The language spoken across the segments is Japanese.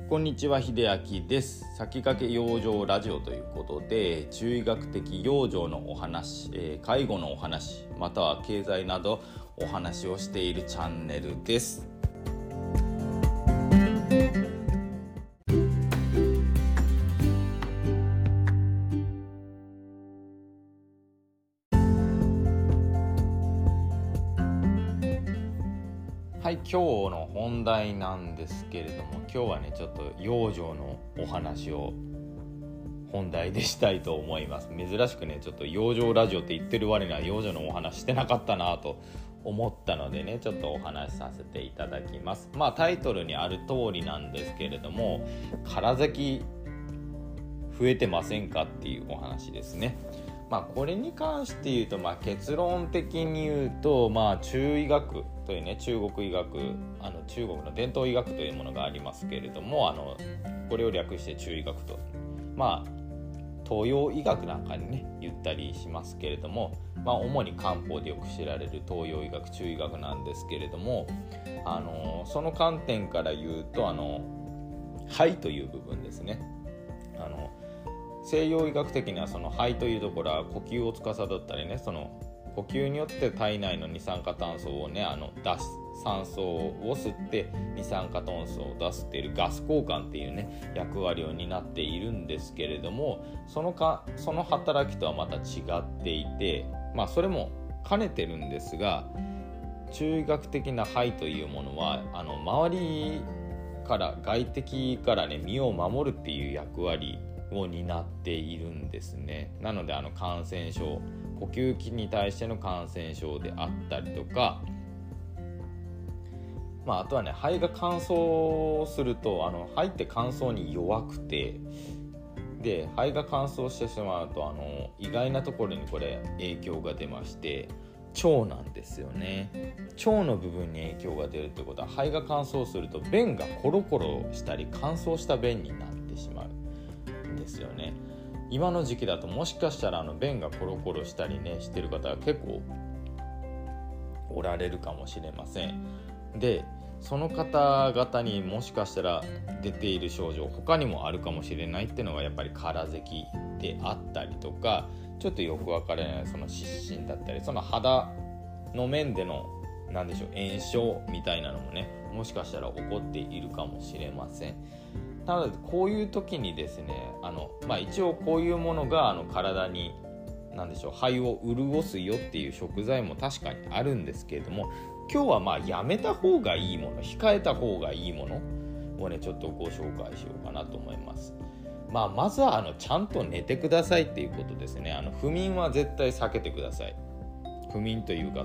こんにちは、秀明です。先駆け養生ラジオということで、中医学的養生のお話、介護のお話、または経済などお話をしているチャンネルです。はい、今日の本題なんですけれども、今日はねちょっと養生のお話を本題でしたいと思います。珍しくねちょっと養生ラジオって言ってる割には養生のお話してなかったなと思ったのでね、ちょっとお話しさせていただきます。タイトルにある通りなんですけれども、空咳増えてませんかっていうお話ですね。これに関して言うと、結論的に言うと、中医学というね、中国医学、中国の伝統医学というものがありますけれども、これを略して中医学と、東洋医学なんかにね言ったりしますけれども、主に漢方でよく知られる東洋医学、中医学なんですけれども、その観点から言うと肺という部分ですね。西洋医学的にはその肺というところは呼吸を司ったりね、その呼吸によって体内の二酸化炭素をね出す、酸素を吸って二酸化炭素を出すっていうガス交換っていうね役割を担っているんですけれども、その働きとはまた違っていて、それも兼ねてるんですが、中医学的な肺というものは周りから外敵からね身を守るっていう役割を担っているんですね。なので感染症、呼吸器に対しての感染症であったりとか、あとはね肺が乾燥すると肺って乾燥に弱くて、で肺が乾燥してしまうと意外なところにこれ影響が出まして、腸なんですよね。腸の部分に影響が出るってことは、肺が乾燥すると便がコロコロしたり乾燥した便になってしまうんですよね。今の時期だともしかしたら便がコロコロしたりねしてる方が結構おられるかもしれません。でその方々にもしかしたら出ている症状他にもあるかもしれないっていうのがやっぱり空咳であったりとか、ちょっとよく分からないその湿疹だったり、その肌の面での炎症みたいなのもねもしかしたら起こっているかもしれません。なのでこういう時にですね一応こういうものが体に肺を潤すよっていう食材も確かにあるんですけれども、今日はやめた方がいいもの、控えた方がいいものをねちょっとご紹介しようかなと思います。まずはちゃんと寝てくださいっていうことですね。不眠は絶対避けてください。不眠というか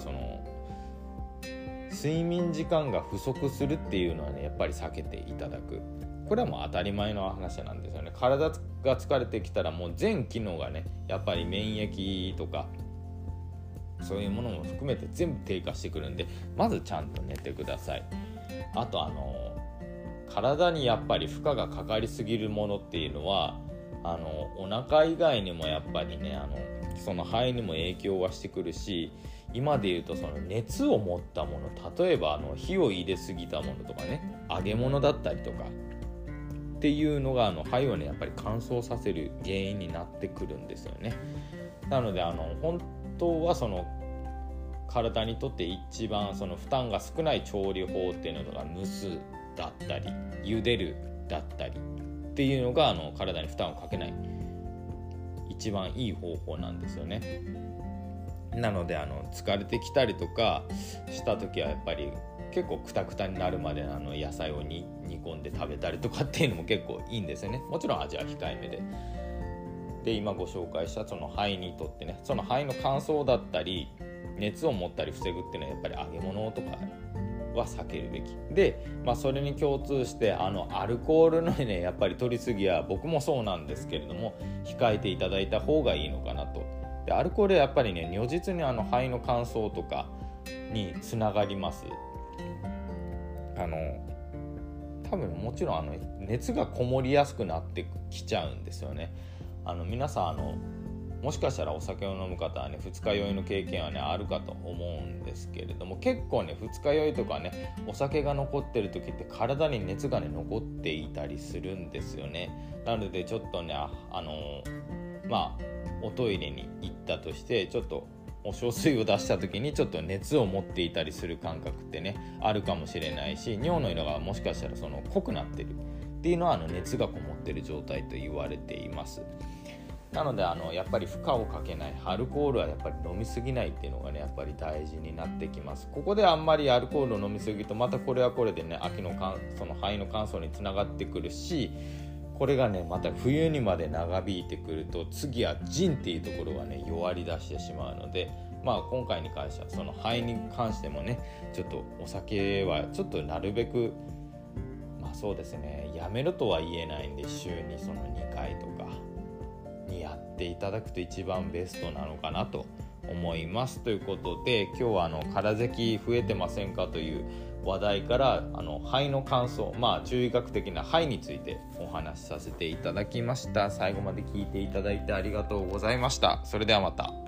睡眠時間が不足するっていうのはねやっぱり避けていただく。これはもう当たり前の話なんですよね。体が疲れてきたらもう全機能がねやっぱり免疫とかそういうものも含めて全部低下してくるんで、まずちゃんと寝てください。あと体にやっぱり負荷がかかりすぎるものっていうのはお腹以外にもやっぱりねその肺にも影響はしてくるし、今でいうとその熱を持ったもの、例えば火を入れすぎたものとかね、揚げ物だったりとかっていうのが肺をねやっぱり乾燥させる原因になってくるんですよね。なので本当はその体にとって一番その負担が少ない調理法っていうのが蒸すだったり茹でるだったりっていうのが体に負担をかけない一番いい方法なんですよね。なので疲れてきたりとかした時はやっぱり結構クタクタになるまで野菜を煮込んで食べたりとかっていうのも結構いいんですよね。もちろん味は控えめで今ご紹介したその肺にとってね、その肺の乾燥だったり熱を持ったり防ぐっていうのはやっぱり揚げ物とかは避けるべきで、それに共通してアルコールのねやっぱり取りすぎは僕もそうなんですけれども控えていただいた方がいいのかなと。でアルコールはやっぱりね如実に肺の乾燥とかにつながります。多分もちろん熱がこもりやすくなってきちゃうんですよね。皆さんもしかしたらお酒を飲む方はね二日酔いの経験はねあるかと思うんですけれども、結構ね二日酔いとかねお酒が残ってる時って体に熱がね残っていたりするんですよね。なのでちょっとねおトイレに行ったとしてちょっとお小水を出した時にちょっと熱を持っていたりする感覚ってねあるかもしれないし、尿の色がもしかしたら濃くなってるっていうのは熱がこもってる状態と言われています。なのでやっぱり負荷をかけない、アルコールはやっぱり飲みすぎないっていうのがねやっぱり大事になってきます。ここであんまりアルコールを飲みすぎるとまたこれはこれでね肺の乾燥につながってくるし、これがねまた冬にまで長引いてくると次は腎っていうところがね弱り出してしまうので、今回に関しては肺に関してもねちょっとお酒はちょっとなるべくそうですねやめるとは言えないんで週に2回とかにやっていただくと一番ベストなのかなと思います。ということで今日は空咳増えてませんかという話題から肺の乾燥、中医学的な肺についてお話しさせていただきました。最後まで聞いていただいてありがとうございました。それではまた。